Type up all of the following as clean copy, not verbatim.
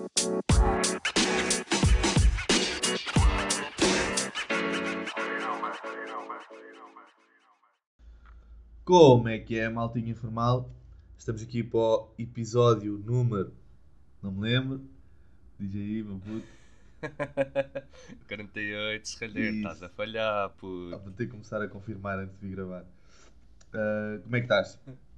Como é que é, maltinha informal? Estamos aqui para o episódio número... Não me lembro. Diz aí, meu puto. 48, serralheiro, estás Isso. a falhar, puto. Vou ter que começar a confirmar antes de vir gravar. Como é que estás?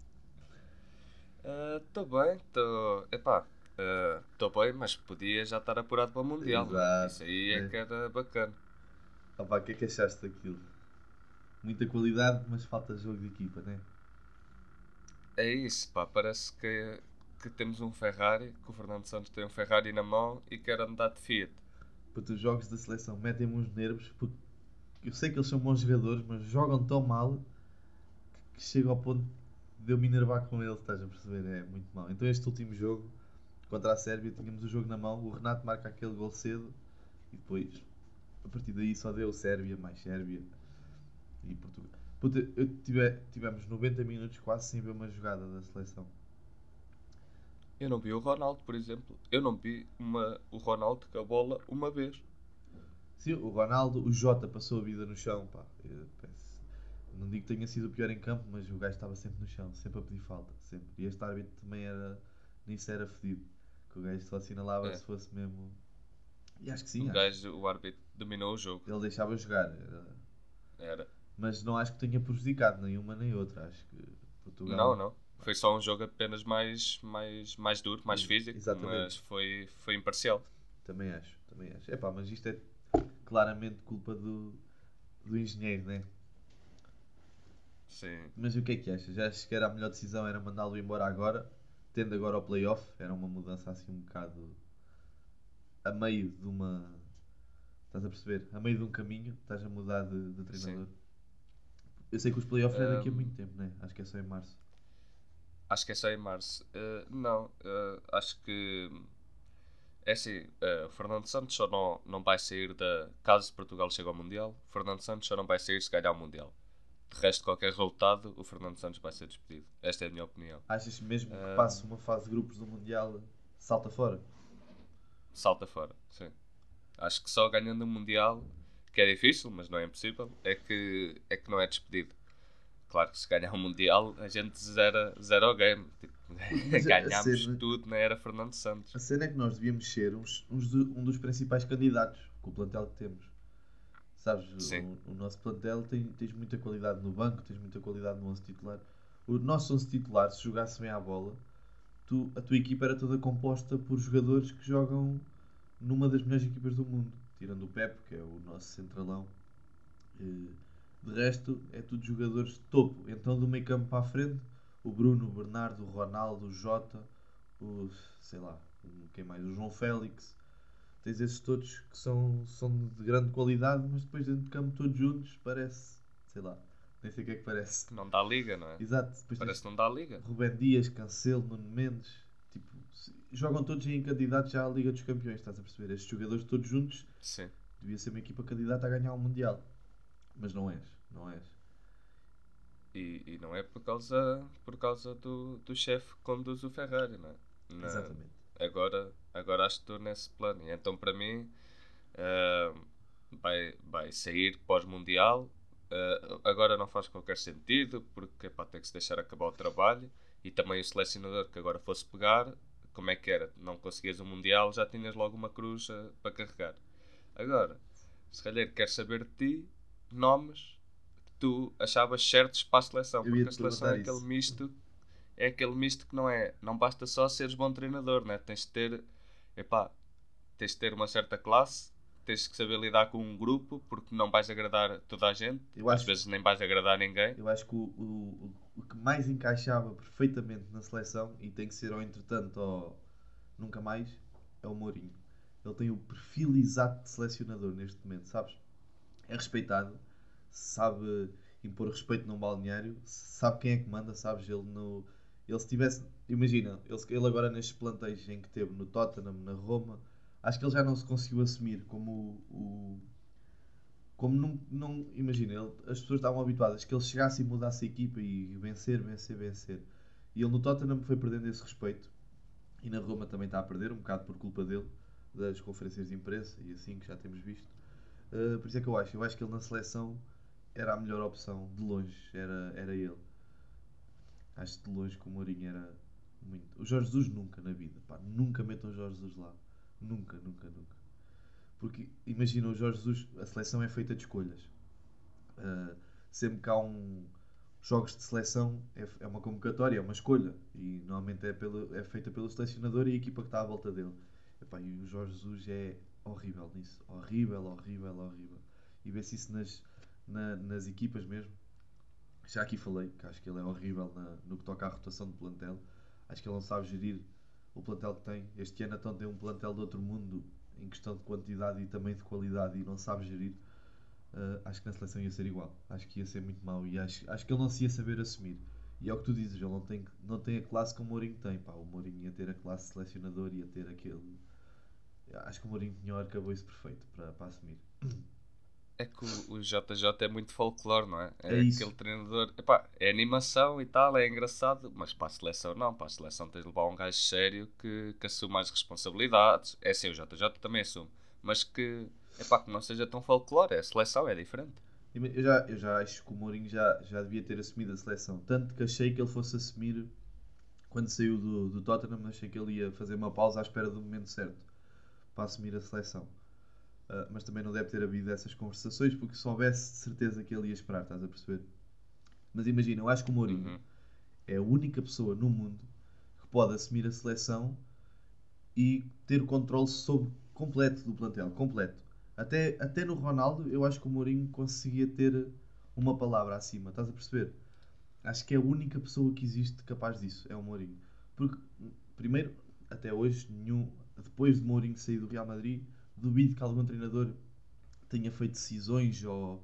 Estou bem, estou. Epá, estou bem, mas podia já estar apurado para o Mundial, não é? Exato. Isso aí é Né? que era bacana. Opa, o que é que achaste daquilo? Muita qualidade, mas falta jogo de equipa, né? É isso, pá, parece que temos um Ferrari, que o Fernando Santos tem um Ferrari na mão e quer andar de Fiat. Para os jogos da seleção metem-me uns nervos, porque eu sei que eles são bons jogadores, mas jogam tão mal que chego ao ponto de eu me enervar com eles, estás a perceber? É muito mal. Então este último jogo contra a Sérvia tínhamos o jogo na mão, o Renato marca aquele gol cedo e depois a partir daí só deu Sérvia, mais Sérvia e Portugal. Puta, tivemos 90 minutos quase sem ver uma jogada da seleção. Eu não vi o Ronaldo, por exemplo. Eu não vi o Ronaldo com a bola uma vez. Sim, o Ronaldo, o Jota passou a vida no chão, pá. Não digo que tenha sido o pior em campo, mas o gajo estava sempre no chão, sempre a pedir falta, sempre. E este árbitro também era, nisso era fedido, que o gajo só assinalava É, se fosse mesmo. E acho que o sim, acho. gajo, o árbitro, dominou o jogo. Ele deixava jogar, Era. mas não acho que tenha prejudicado nenhuma nem outra. Acho que Não, Portugal. não. Foi só um jogo apenas mais duro, mais físico, Exatamente, mas foi imparcial. também acho, também acho. Epá, mas isto é claramente culpa do engenheiro, né? Sim. Mas o que é que achas? Já achas que era a melhor decisão era mandá-lo embora agora, tendo agora o playoff? Era uma mudança assim um bocado a meio de uma. Estás a perceber? A meio de um caminho, estás a mudar de Sim. treinador. Eu sei que os playoffs é daqui a Ahm, muito tempo, né? Acho que é só em março. Acho que é só em março. Não, acho que é assim, o Fernando Santos só não vai sair da. Caso Portugal chegue ao Mundial, o Fernando Santos só não vai sair se ganhar o Mundial. De resto, qualquer resultado, o Fernando Santos vai ser despedido. Esta é a minha opinião. Achas mesmo que Ahm, passe uma fase de grupos do Mundial salta fora? Salta fora, sim. Acho que só ganhando o Mundial, que é difícil, mas não é impossível, é que não é despedido. Claro que se ganhar o Mundial, a gente zera o game. Tipo, Mas a ganhámos cena, tudo na era Fernando Santos. a cena é que nós devíamos ser um dos principais candidatos com o plantel que temos. Sabes, Sim, o nosso plantel tens muita qualidade no banco, tens muita qualidade no 11 titular. O nosso 11 titular, se jogasse bem à bola, a tua equipa era toda composta por jogadores que jogam numa das melhores equipas do mundo. Tirando o Pep, que é o nosso centralão. De resto, é tudo jogadores de topo. Então, do meio campo para a frente, o Bruno, o Bernardo, o Ronaldo, o Jota, o, sei lá, quem mais? O João Félix. Tens esses todos que são de grande qualidade, mas depois dentro de campo todos juntos parece, sei lá, nem sei o que é que parece. não dá liga, não é? Exato, depois Parece tens que não dá liga. Rubén Dias, Cancelo, Nuno Mendes, tipo, jogam todos em candidatos já à Liga dos Campeões, estás a perceber? Estes jogadores todos juntos Sim. devia ser uma equipa candidata a ganhar o Mundial, mas não és, não és. E não é por causa do chefe que conduz o Ferrari, não é? Exatamente. Agora acho que estou nesse plano. E então, para mim, ah, vai sair pós-mundial. Agora não faz qualquer sentido, porque epá, tem que se deixar acabar o trabalho. E também o selecionador que agora fosse pegar, como é que era? Não conseguias o mundial, já tinhas logo uma cruz para carregar. Agora, se calhar quer saber de ti nomes que tu achavas certos para a seleção, Eu ia porque a te seleção perguntar isso. é aquele misto que não basta só seres bom treinador, né? Epá, tens de ter uma certa classe, tens que saber lidar com um grupo, porque não vais agradar toda a gente, Eu às acho, vezes nem vais agradar ninguém. eu acho que o que mais encaixava perfeitamente na seleção, e tem que ser ou entretanto ou nunca mais, é o Mourinho. Ele tem o perfil exato de selecionador neste momento, sabes? É respeitado, sabe impor respeito num balneário, sabe quem é que manda, sabes? Ele no. Ele se tivesse. Imagina, ele agora nestes planteios em que teve no Tottenham, na Roma, acho que ele já não se conseguiu assumir como como não imagina, as pessoas estavam habituadas que ele chegasse e mudasse a equipa e vencer, vencer, vencer. E ele no Tottenham foi perdendo esse respeito. E na Roma também está a perder, um bocado por culpa dele, das conferências de imprensa e assim, que já temos visto. Por isso é que eu acho que ele na seleção era a melhor opção, de longe, era ele. Acho de longe que o Mourinho era muito. O Jorge Jesus nunca na vida, pá, nunca metam o Jorge Jesus lá. Nunca, nunca, nunca. Porque imagina, o Jorge Jesus, a seleção é feita de escolhas. Uh, Sempre que há jogos de seleção, é uma convocatória, é uma escolha. E normalmente é feita pelo selecionador e a equipa que está à volta dele. Epá, e o Jorge Jesus é horrível nisso. Horrível, horrível, horrível. E vê-se isso nas equipas mesmo. Já aqui falei que acho que ele é horrível no que toca à rotação de plantel. Acho que ele não sabe gerir o plantel que tem. Este ano então tem um plantel de outro mundo em questão de quantidade e também de qualidade e não sabe gerir. Acho que na seleção ia ser igual. Acho que ia ser muito mau e acho que ele não se ia saber assumir. E é o que tu dizes, ele não tem a classe que o Mourinho tem. Pá, o Mourinho ia ter a classe selecionador, ia ter aquele. Acho que o Mourinho tinha o arcabouço perfeito para assumir. É que o JJ é muito folclore, não é? É É aquele isso. treinador. Epá, é animação e tal, é engraçado, mas para a seleção não. Para a seleção tens de levar um gajo sério que assume as responsabilidades. É assim, o JJ também assume, mas que não seja tão folclore. A seleção é diferente. Eu já acho que o Mourinho já devia ter assumido a seleção. Tanto que achei que ele fosse assumir quando saiu do Tottenham. Achei que ele ia fazer uma pausa à espera do momento certo para assumir a seleção. Mas também não deve ter havido essas conversações porque se soubesse de certeza que ele ia esperar, estás a perceber? Mas imagina, eu acho que o Mourinho Uhum. é a única pessoa no mundo que pode assumir a seleção e ter o controle sobre completo do plantel, completo. Até no Ronaldo, eu acho que o Mourinho conseguia ter uma palavra acima, estás a perceber? Acho que é a única pessoa que existe capaz disso, é o Mourinho. Porque, primeiro, até hoje, depois de Mourinho sair do Real Madrid, duvido que algum treinador tenha feito decisões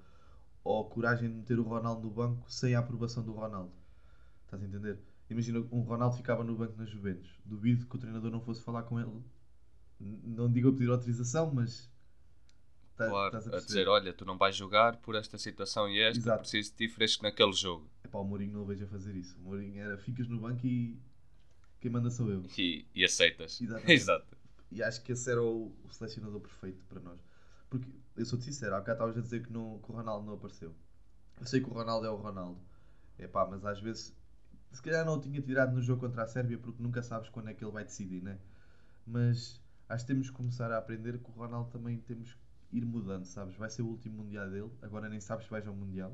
ou coragem de meter o Ronaldo no banco sem a aprovação do Ronaldo. Estás a entender? Imagina, um Ronaldo ficava no banco nas Juventus. Duvido que o treinador não fosse falar com ele. Não digo a pedir autorização, mas Claro, estás a a dizer: perceber. olha, tu não vais jogar por esta situação e esta, Exato. preciso de ti fresco naquele jogo. Epá, o Mourinho não o vejo a fazer isso. O Mourinho era ficas no banco e quem manda sou eu. E aceitas. Exatamente. Exato. E acho que esse era o selecionador perfeito para nós. Porque, eu sou-te sincero, há bocado estavas a dizer que o Ronaldo não apareceu. Eu sei que o Ronaldo é o Ronaldo. Epá, mas às vezes, se calhar não o tinha tirado no jogo contra a Sérvia porque nunca sabes quando é que ele vai decidir, né? Mas acho que temos que começar a aprender que o Ronaldo também temos que ir mudando, sabes? Vai ser o último Mundial dele, agora nem sabes se vais ao Mundial.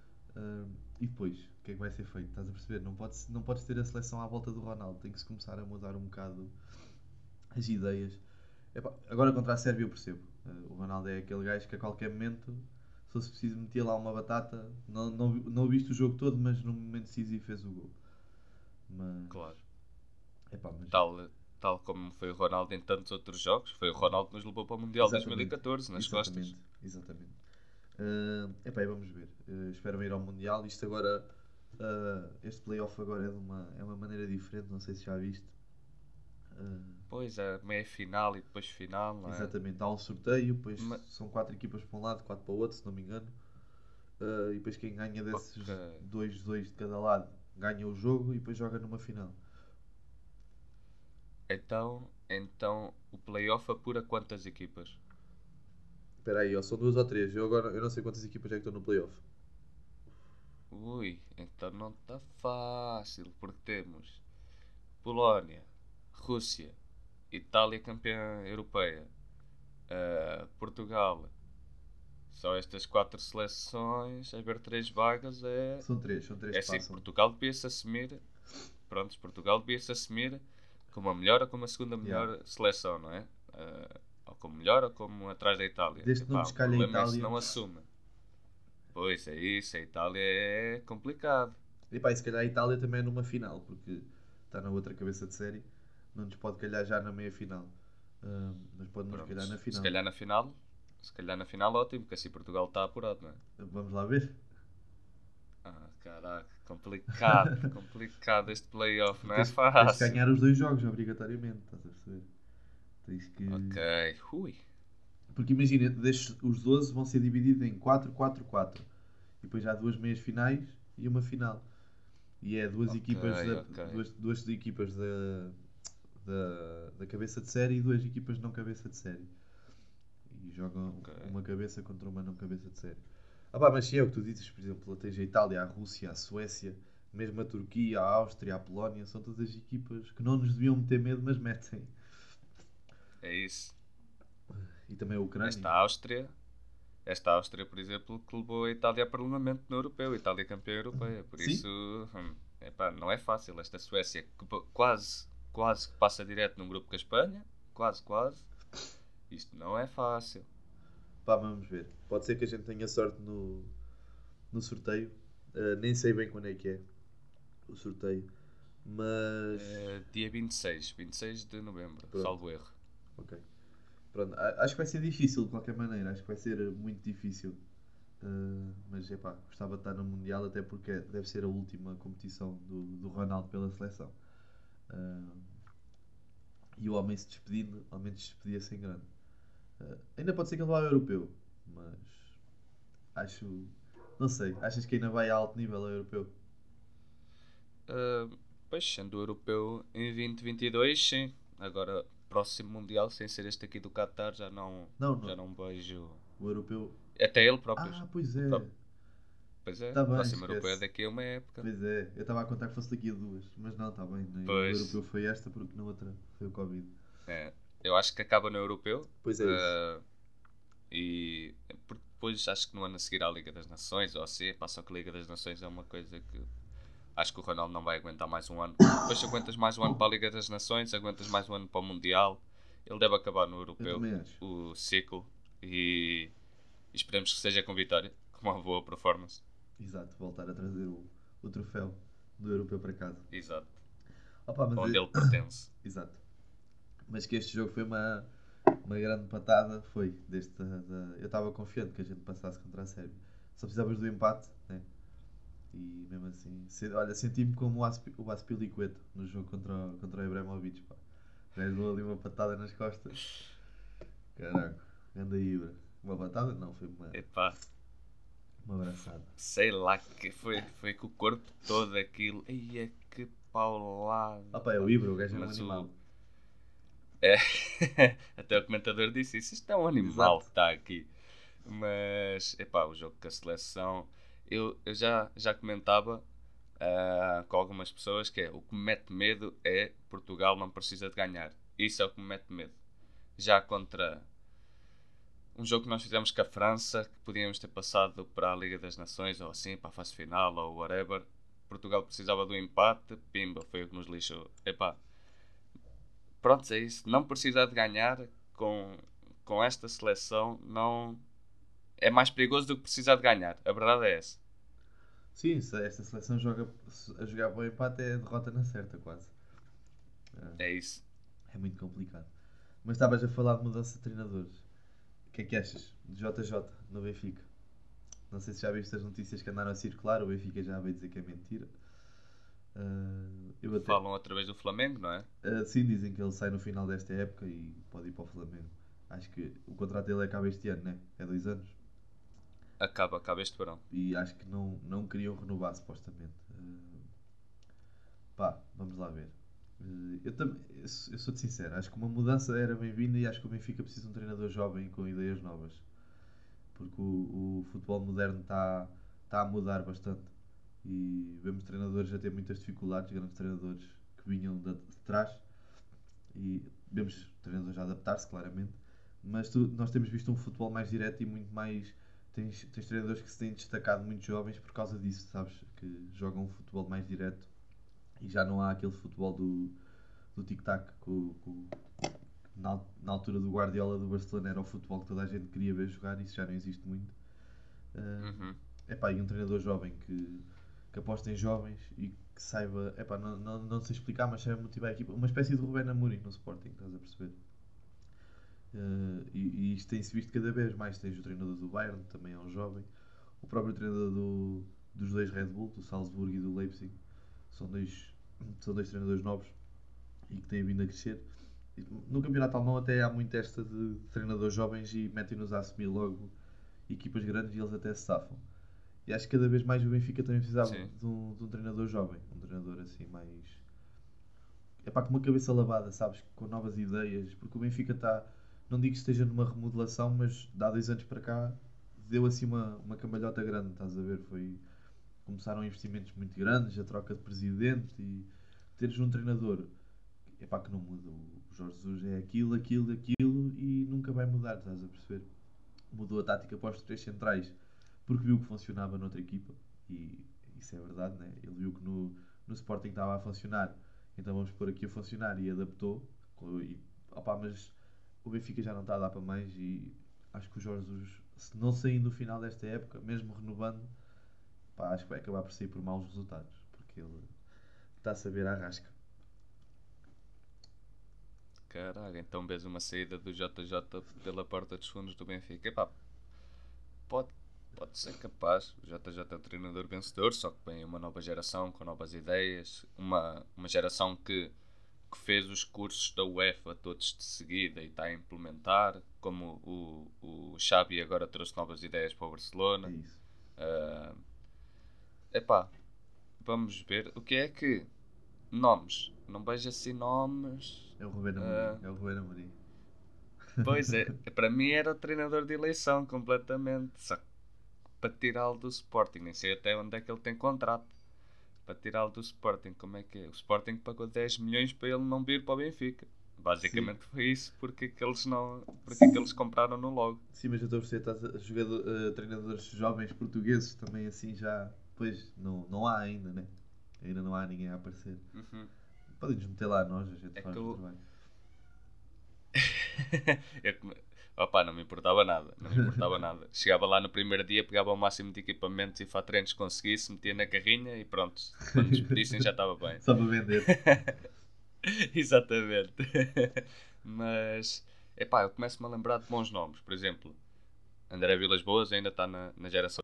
E depois, o que é que vai ser feito? Estás a perceber? Não podes ter a seleção à volta do Ronaldo, tem que se começar a mudar um bocado as ideias. Epá, agora contra a Sérvia eu percebo. O Ronaldo é aquele gajo que a qualquer momento, se fosse preciso meter lá uma batata, não viste o jogo todo, mas no momento decisivo fez o gol. Mas, Claro. epá, mas Tal como foi o Ronaldo em tantos outros jogos, foi o Ronaldo que nos levou para o Mundial exatamente, 2014 nas costas. exatamente. Epá, e vamos ver. Espero ir ao Mundial. Isto agora, este playoff agora é uma maneira diferente, não sei se já viste. Uh, Pois é, meia final e depois final, não é? Exatamente, há um sorteio, depois Ma- são 4 equipas para um lado, 4 para o outro, se não me engano. E depois quem ganha ok. desses dois de cada lado ganha o jogo e depois joga numa final. Então o playoff apura quantas equipas? Espera aí, ó, são 2 ou 3. Eu não sei quantas equipas é que estão no playoff. Ui, então não está fácil, porque temos Polónia, Rússia, Itália campeã europeia, Portugal. Só estas quatro seleções, a ver três vagas São três é que assim, passam. Portugal devia-se assumir, pronto, Portugal devia-se assumir como a melhor ou como a segunda Yeah. melhor seleção, não é? Ou como melhor ou como atrás da Itália. Desde que não Epá, o descalhe a problema é se Itália. não assume. Pois é isso, a Itália é complicado. E pá, e se calhar a Itália também é numa final, porque está na outra cabeça de série. Não nos pode calhar já na meia final. Mas pode-nos Pronto, calhar na se final. calhar na final, se calhar na final ótimo, porque assim Portugal está apurado, não é? Vamos lá ver. Ah, caraca, complicado este playoff, não é Tens de fácil. ganhar os 2 jogos, obrigatoriamente. Estás a perceber? Tens Ok, que. ui, Porque imagina, os 12 vão ser divididos em 4 4 4. E depois há 2 meias finais e uma final. E é duas ok, equipas ok. duas equipas da da cabeça de série e 2 equipas não cabeça de série. E jogam Ok. uma cabeça contra uma não cabeça de série. Ah pá, mas sim, é o que tu dizes, por exemplo, tens a Itália, a Rússia, a Suécia, mesmo a Turquia, a Áustria, a Polónia, são todas equipas que não nos deviam meter medo, mas metem. É isso. E também a Ucrânia. Esta Áustria, esta Áustria, por exemplo, que levou a Itália a parlamento no europeu, a Itália campeã europeia. Por Sim, isso, epá, não é fácil. Esta Suécia que quase que passa direto num grupo com a Espanha, quase. Isto não é fácil. pá, vamos ver. Pode ser que a gente tenha sorte no sorteio. Nem sei bem quando é que é o sorteio. Mas. Dia 26 de novembro, Pronto, salvo erro. ok. Pronto, acho que vai ser difícil de qualquer maneira. Acho que vai ser muito difícil. Mas é pá, gostava de estar no Mundial, até porque deve ser a última competição do Ronaldo pela seleção. Uh, e o homem se despedindo, ao menos despedia sem grande. Ainda pode ser que ele vá ao europeu, mas acho. Não sei, achas que ainda vai a alto nível ao europeu? Uh, Pois, sendo europeu em 2022, sim. Agora, próximo Mundial, sem ser este aqui do Qatar, Não, já não. não vejo. O europeu. Até ele próprio. Ah, pois O é. próprio. Pois é, Está bem, próximo europeu é esquece. daqui a uma época. Pois é, eu estava a contar que fosse daqui a duas, mas não, está bem. O Pois, europeu foi esta porque na outra foi o Covid. é, eu acho que acaba no europeu. Pois é isso. uh, e porque depois acho que no ano a seguir à Liga das Nações, ou assim, passa que a Liga das Nações é uma coisa que acho que o Ronaldo não vai aguentar mais um ano. Depois, se aguentas mais um ano para a Liga das Nações, aguentas mais um ano para o Mundial, ele deve acabar no Eu europeu também acho. o ciclo e esperemos que seja com vitória, com uma boa performance. Exato, voltar a trazer o troféu do europeu para casa. Exato. Opa, mas Onde ele pertence. Exato. Mas que este jogo foi uma grande patada, foi. Eu estava confiante que a gente passasse contra a Sérvia. Só precisavas do empate, né? E mesmo assim, olha, senti-me como o Aspilicueta no jogo contra o Ibrahimovic, pá. O gajo deu ali uma patada nas costas. Caraca, grande Ibra. Uma patada? Não, foi Epá, uma abraçada. sei lá que foi com o corpo todo aquilo. Eia, que paulada. Opa, é o Ibra, o gajo é um Mas animal. É, até o comentador disse isso. Isto é um animal Exato. que está aqui. Mas, epá, o jogo com a seleção, eu já comentava com algumas pessoas que é o que me mete medo é Portugal não precisa de ganhar. Isso é o que me mete medo. Já contra um jogo que nós fizemos com a França, que podíamos ter passado para a Liga das Nações ou assim, para a fase final ou whatever. Portugal precisava do empate, pimba, foi o que nos lixou. Epá, pronto, é isso. Não precisar de ganhar com esta seleção não é mais perigoso do que precisar de ganhar. A verdade é essa. Sim, se esta seleção a jogar para o empate é a derrota na certa, quase. É isso. É muito complicado. Mas estavas a falar de mudança de treinadores. O que é que achas de JJ no Benfica? Não sei se já viste as notícias que andaram a circular. O Benfica já veio dizer que é mentira. Eu até. Falam outra vez do Flamengo, não é? Sim, dizem que ele sai no final desta época e pode ir para o Flamengo. Acho que o contrato dele acaba este ano, né? É 2 anos. Acaba este verão. E acho que não queriam renovar, supostamente. Pá, vamos lá ver. Eu sou-te sincero, acho que uma mudança era bem-vinda e acho que o Benfica precisa de um treinador jovem com ideias novas. Porque o futebol moderno está a mudar bastante. E vemos treinadores a ter muitas dificuldades, grandes treinadores que vinham de trás. E vemos treinadores a adaptar-se, claramente. Mas nós temos visto um futebol mais direto e muito mais. Tens treinadores que se têm destacado muito jovens por causa disso, sabes? Que jogam um futebol mais direto e já não há aquele futebol do tic-tac na altura do Guardiola do Barcelona era o futebol que toda a gente queria ver jogar, isso já não existe muito. Uhum. Epá, e um treinador jovem que aposta em jovens e que saiba, epá, não sei explicar, mas saiba motivar a equipa, uma espécie de Rubén Amorim no Sporting, estás a perceber? E isto tem-se visto cada vez mais. Tens o treinador do Bayern, também é um jovem, o próprio treinador dos dois Red Bull, do Salzburgo e do Leipzig, são dois treinadores novos e que têm vindo a crescer. No campeonato alemão até há muito esta de treinadores jovens e metem-nos a assumir logo equipas grandes e eles até se safam. E acho que cada vez mais o Benfica também precisava Sim. de um treinador jovem, um treinador assim mais. epá, com uma cabeça lavada, sabes? Com novas ideias, porque o Benfica está, não digo que esteja numa remodelação, mas de há 2 anos para cá deu assim uma cambalhota grande, estás a ver? Começaram investimentos muito grandes, a troca de presidente e teres um treinador epá, que não muda. O Jorge Jesus é aquilo, aquilo, aquilo e nunca vai mudar, estás a perceber? Mudou a tática para os três centrais porque viu que funcionava noutra equipa e isso é verdade, né? Ele viu que no Sporting estava a funcionar, então vamos pôr aqui a funcionar e adaptou. E, opá, mas o Benfica já não está a dar para mais e acho que o Jorge Jesus, se não sair no final desta época, mesmo renovando, pá, acho que vai acabar por sair por maus resultados porque ele está a saber à rasca. Caralho, então vês uma saída do JJ pela porta dos fundos do Benfica. Epá, pode, pode ser capaz. O JJ é um treinador vencedor, só que vem uma nova geração com novas ideias. Uma geração que fez os cursos da UEFA todos de seguida e está a implementar. Como o Xavi agora trouxe novas ideias para o É Barcelona. isso. Uh, epá, vamos ver. O que é que. Nomes. Não vejo assim nomes. É o Ruben Amorim. É o Ruben Amorim. Pois é, para mim era o treinador de eleição completamente. Só que para tirá-lo do Sporting, nem sei até onde é que ele tem contrato. Para tirá-lo do Sporting, como é que é? O Sporting pagou 10 milhões para ele não vir para o Benfica. Sim. Basicamente foi isso, porque que eles não, porque que eles compraram no logo. Sim, mas eu estou a perceber, estás a treinadores jovens portugueses também assim já. Pois, não há ainda, né? Ainda não há ninguém a aparecer. Uhum. Podem-nos meter lá a nós, a gente É que faz o eu, trabalho. eu opá, não me importava nada, não me importava nada. Chegava lá no primeiro dia, pegava o máximo de equipamentos e fatrenos que conseguisse, metia na carrinha e pronto. Quando nos pedissem já estava bem. Só para vender. Exatamente. Mas, epá, eu começo-me a lembrar de bons nomes. Por exemplo, André Vilas Boas ainda está na geração.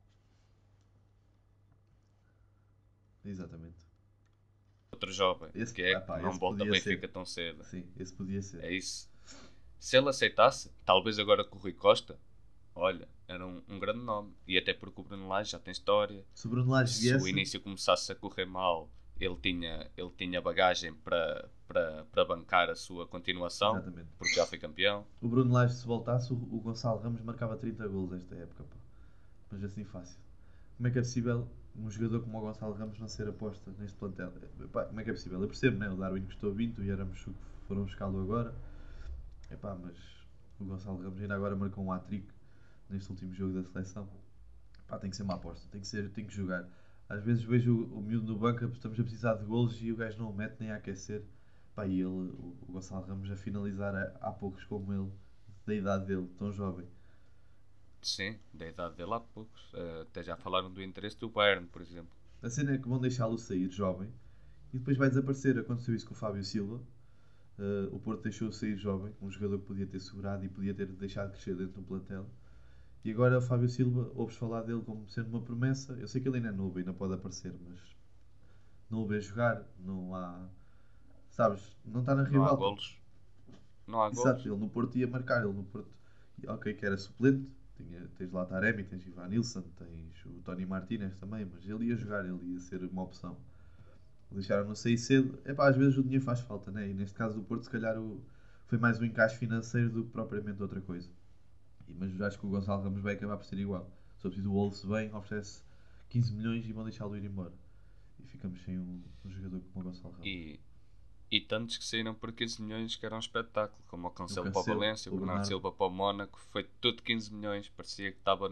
Exatamente. Outro jovem, Esse, que é que epá, não esse volta ao podia ser. Benfica tão cedo. Sim, esse podia ser. É isso. Se ele aceitasse, talvez agora com o Rui Costa, olha, era um grande nome. E até porque o Bruno Lage já tem história. Se o Bruno Lage Se o viesse, início começasse a correr mal, ele tinha bagagem para bancar a sua continuação, exatamente. porque já foi campeão. O Bruno Lage, se voltasse, o Gonçalo Ramos marcava 30 golos esta época, pá. Mas assim fácil. Como é que é possível um jogador como o Gonçalo Ramos não ser aposta neste plantel? Epá, como é que é possível? Eu percebo, né? O Darwin custou 20, o Yaramchuk foram buscá-lo agora. Epá, mas o Gonçalo Ramos ainda agora marcou um hat-trick neste último jogo da seleção. Epá, tem que ser uma aposta, tem que jogar. Às vezes vejo o miúdo no banco, estamos a precisar de golos e o gajo não o mete nem a aquecer. Epá, e ele, o Gonçalo Ramos a finalizar há poucos como ele, da idade dele, tão jovem. Sim, da idade dele há poucos. Até já falaram do interesse do Bayern, por exemplo. A cena é que vão deixá-lo sair jovem e depois vai desaparecer. Aconteceu isso com o Fábio Silva. O Porto deixou-o sair jovem, um jogador que podia ter segurado e podia ter deixado crescer dentro do plantel. E agora o Fábio Silva, ouves falar dele como sendo uma promessa. Eu sei que ele ainda é novo, ainda pode aparecer, mas não o vê jogar, não há. Sabes, não está na Não há ribalta. golos. Não há Exato, golos. ele no Porto ia marcar, ele no Porto. Ok, que era suplente, tens lá Taremi, tens Ivan Nilsson, tens o Tony Martínez também, mas ele ia jogar, ele ia ser uma opção. Deixaram-no sair cedo. É pá, às vezes o dinheiro faz falta, né? E neste caso do Porto, se calhar foi mais um encaixe financeiro do que propriamente outra coisa. Mas acho que o Gonçalo Ramos vai acabar por ser igual. Só preciso o Wolves bem, oferece 15 milhões e vão deixá-lo ir embora. E ficamos sem um jogador como o Gonçalo Ramos. E tantos que saíram por 15 milhões que era um espetáculo, como o Cancelo para o Cancelo, Valência, o o Bernardo Bernardo. Silva para o Mónaco, foi tudo 15 milhões, parecia que estava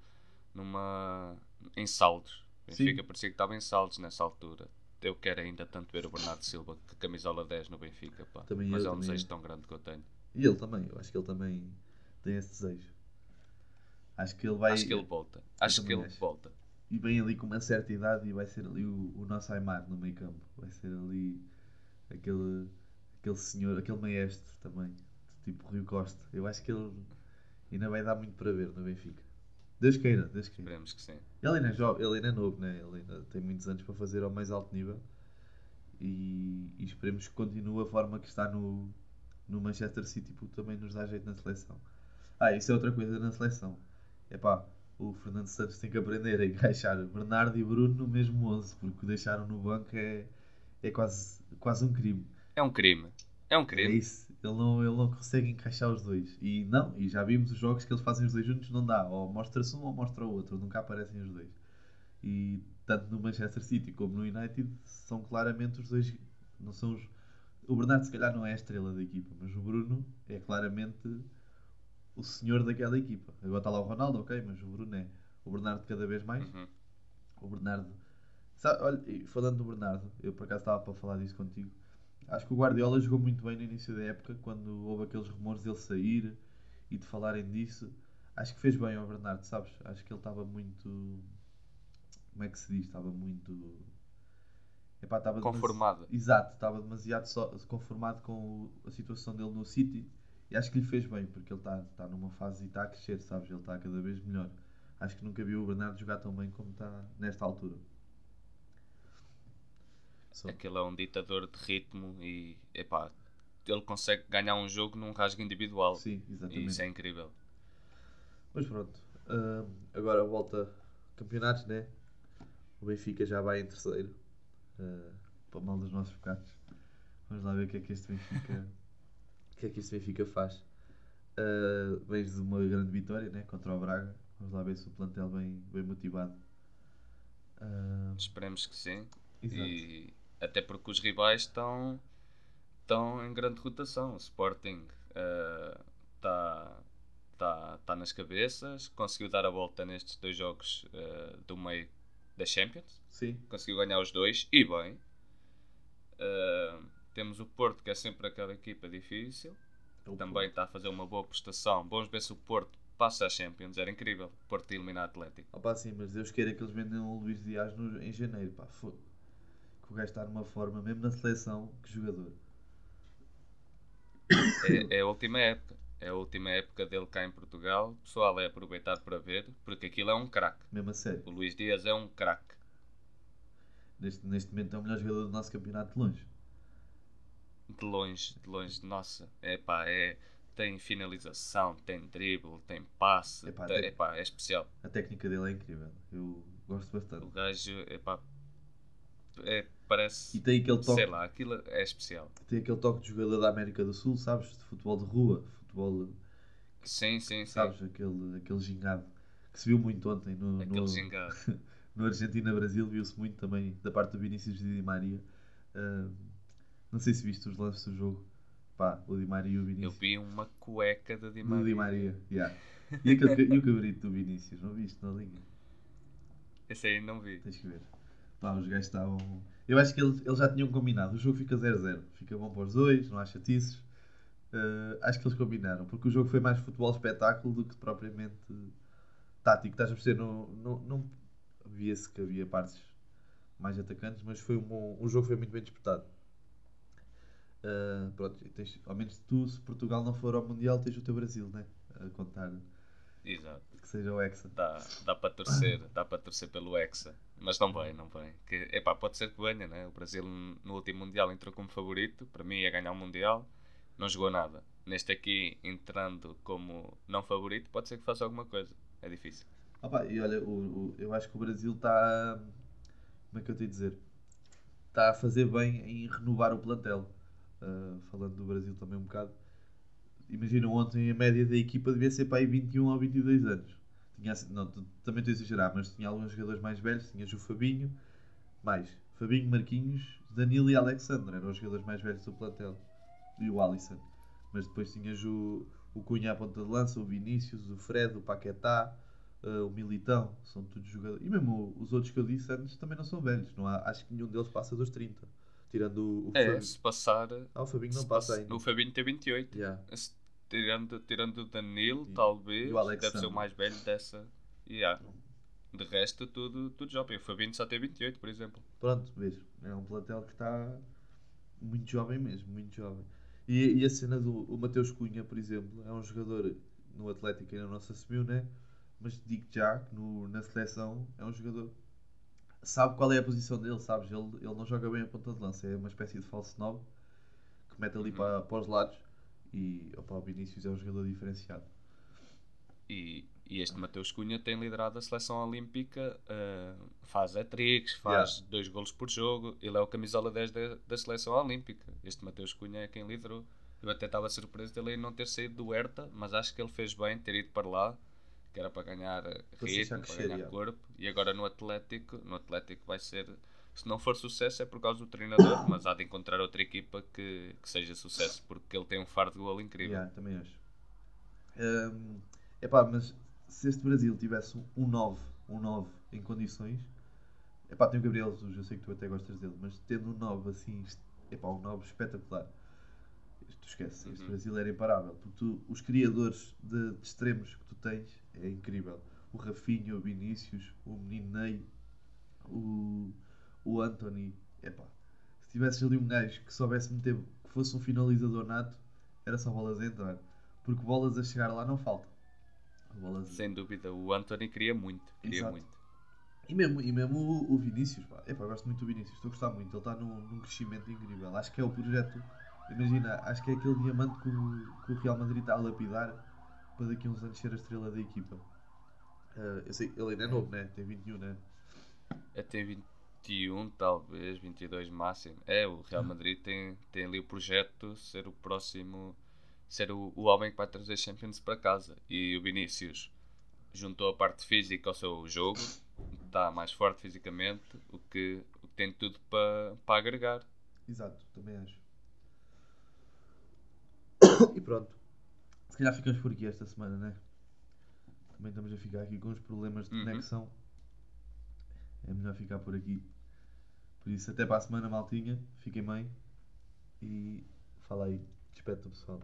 em saldos. O Benfica Sim, parecia que estava em saldos nessa altura. Eu quero ainda tanto ver o Bernardo Silva que camisola 10 no Benfica, pá. também Mas eu, é um também eu. desejo tão grande que eu tenho. E ele também, eu acho que ele também tem esse desejo. Acho que ele Acho que vai. ele volta. Eu Acho que também ele acho. volta. E vem ali com uma certa idade e vai ser ali o nosso Aimar no meio campo. Vai ser ali aquele, aquele senhor, aquele maestro também, tipo Rio Costa. Eu acho que ele ainda vai dar muito para ver no Benfica. Deus queira, Deus queira. Esperemos que sim. Ele ainda é jovem, ele ainda é novo, né? Ele ainda tem muitos anos para fazer ao mais alto nível e esperemos que continue a forma que está no Manchester City porque também nos dá jeito na seleção. Isso é outra coisa na seleção. Epá, o Fernando Santos tem que aprender a encaixar Bernardo e Bruno no mesmo 11 porque o deixaram no banco é quase um crime. É um crime. É um É crime. isso. Ele não consegue encaixar os dois. E já vimos os jogos que eles fazem os dois juntos, não dá. Ou mostra-se um ou mostra o outro. Nunca aparecem os dois. E tanto no Manchester City como no United são claramente os dois. Não são os, o Bernardo se calhar não é a estrela da equipa, mas o Bruno é claramente o senhor daquela equipa. Agora está lá o Ronaldo, ok, mas o Bruno é. O Bernardo cada vez mais. Uhum. O Bernardo. Olha, e falando do Bernardo, eu por acaso estava para falar disso contigo. Acho que o Guardiola jogou muito bem no início da época, quando houve aqueles rumores dele sair e de falarem disso. Acho que fez bem ao Bernardo, sabes? Acho que ele estava muito. Como é que se diz? Estava muito. Epá, estava Conformado. Exato, estava demasiado conformado com a situação dele no City e acho que lhe fez bem, porque ele está numa fase e está a crescer, sabes? Ele está cada vez melhor. Acho que nunca vi o Bernardo jogar tão bem como está nesta altura. Só. Aquele é um ditador de ritmo e, epá, ele consegue ganhar um jogo num rasgo individual. Sim, E isso exatamente. é incrível. Mas pronto, agora volta campeonatos, né? O Benfica já vai em terceiro, uh, para mal dos nossos bocados. Vamos lá ver o que é que este Benfica, o que é que este Benfica faz. Vens de uma grande vitória, né? Contra o Braga. Vamos lá ver se o plantel bem motivado. Uh, Esperemos que sim. Exato. E até porque os rivais estão em grande rotação. O Sporting está tá nas cabeças, conseguiu dar a volta nestes dois jogos do meio da Champions, Sim. conseguiu ganhar os dois e bem. Temos o Porto, que é sempre aquela equipa difícil, também está a fazer uma boa prestação. Vamos ver se o Porto passa a Champions, era incrível. O Porto eliminar Atlético. Opa, sim, mas Deus queira que eles vendam o Luís Dias em janeiro. Pá, que o gajo está numa forma, mesmo na seleção, que jogador. É a última época. É a última época dele cá em Portugal. O pessoal é aproveitar para ver, porque aquilo é um craque. Mesmo a sério. O Luís Dias é um craque. Neste momento é o melhor jogador do nosso campeonato de longe. De longe, nossa. Tem finalização, tem drible, tem passe. Epá, É especial. a técnica dele é incrível. Eu gosto bastante. O gajo, E parece, tem aquele sei toque, lá, aquilo é especial. tem aquele toque de jogador da América do Sul, sabes? De futebol de rua, futebol, Sim, sim, sim. sabes? Aquele gingado que se viu muito ontem Aquele gingado. no Argentina-Brasil, viu-se muito também da parte do Vinícius e Di Maria. Uh, não sei se viste os lances do jogo. Pá, o Di Maria e o Eu Vinícius. vi uma cueca de Di Do Di Maria. Maria, yeah. E o cabrito do Vinícius, não viste na linha? Esse aí não vi. Tens que ver. Pá, os gajos estavam. Eu acho que eles já tinham combinado. O jogo fica 0-0. Fica bom para os dois, não há chatices. Acho que eles combinaram, porque o jogo foi mais futebol espetáculo do que propriamente tático. Estás a perceber? Não via-se que havia partes mais atacantes, mas o jogo foi muito bem disputado. Pronto, ao menos tu, se Portugal não for ao Mundial, tens o teu Brasil, né? A contar Exato. que seja o Hexa. Dá para torcer pelo Hexa. Mas não vem, não vem. Pode ser que venha, né? O Brasil no último Mundial entrou como favorito. Para mim ia ganhar o Mundial. Não jogou nada. Neste aqui, entrando como não favorito, pode ser que faça alguma coisa. É difícil. Opa, e olha, eu acho que o Brasil está. Como é que eu tenho a dizer? Está a fazer bem em renovar o plantel. Falando do Brasil também um bocado. Imagina ontem a média da equipa devia ser para aí 21 ou 22 anos. Não, também estou a exagerar, mas tinha alguns jogadores mais velhos. Tinhas o Fabinho, Fabinho, Marquinhos, Danilo e Alexandre. Eram os jogadores mais velhos do plantel. E o Alisson. Mas depois tinhas o Cunha à ponta de lança, o Vinícius, o Fred, o Paquetá, o Militão. São todos jogadores. E mesmo os outros que eu disse antes também não são velhos. Não há, acho que nenhum deles passa dos 30. Tirando o Fabinho. Se passar. O Fabinho não passa ainda. O Fabinho tem 28. Yeah. Tirando o Danilo, E talvez. o Alexandre. Deve ser o mais velho dessa. Yeah. De resto, tudo jovem. O Fabinho só tem 28, por exemplo. Pronto, vejo. É um plantel que está muito jovem mesmo, muito jovem. E a cena do o Mateus Cunha, por exemplo, é um jogador no Atlético ainda não se assumiu, né? Mas digo já que na seleção é um jogador. Sabe qual é a posição dele, sabes? Ele não joga bem a ponta de lança, é uma espécie de falso 9 que mete ali para os lados. E opa, o Vinícius é um jogador diferenciado. E E este Mateus Cunha tem liderado a seleção olímpica, faz hat-tricks, faz 2 golos por jogo. Ele é o camisola 10 da seleção olímpica. Este Mateus Cunha é quem liderou. Eu até estava surpreso dele não ter saído do Hertha, mas acho que ele fez bem ter ido para lá, que era para ganhar ritmo, para ganhar corpo. E agora no Atlético vai ser, se não for sucesso é por causa do treinador, mas há de encontrar outra equipa que seja sucesso, porque ele tem um faro de golo incrível. Também acho. Epá, mas se este Brasil tivesse um 9 em condições, epá, tem o Gabriel Jesus, eu sei que tu até gostas dele, mas tendo um 9 assim, epá, um 9 espetacular, tu esquece, este Brasil era imparável, porque os criadores de extremos que tu tens é incrível. O Rafinha, o Vinícius, o menino Ney, o Anthony, epá, se tivesse ali um gajo que soubesse meter, que fosse um finalizador nato, era só bolas a entrar, porque bolas a chegar lá não faltam. Sem dúvida, o Anthony queria muito. E mesmo o Vinícius, pá. Epá, eu gosto muito do Vinícius, estou a gostar muito, ele está num crescimento incrível. Acho que é o projeto, imagina, acho que é aquele diamante que o Real Madrid está a lapidar para daqui a uns anos ser a estrela da equipa. Eu sei, ele ainda é novo, né? Tem 21, né? Tem 21, talvez, 22 máximo. O Real Madrid tem ali o projeto de ser o próximo, ser o homem que vai trazer Champions para casa. E o Vinícius juntou a parte física ao seu jogo, está mais forte fisicamente, o que tem tudo para agregar. Exato, também acho. E pronto, se calhar ficamos por aqui esta semana, né? Também estamos a ficar aqui com os problemas de conexão. É melhor ficar por aqui. Por isso, até para a semana, maltinha. Fiquem bem. E fala aí. Despede-te, pessoal.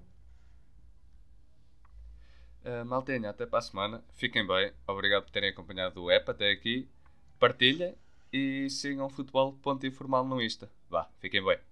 Maltinha, até para a semana. Fiquem bem. Obrigado por terem acompanhado o app até aqui. Partilhem e sigam Futebol Ponto Informal no Insta. Vá, fiquem bem.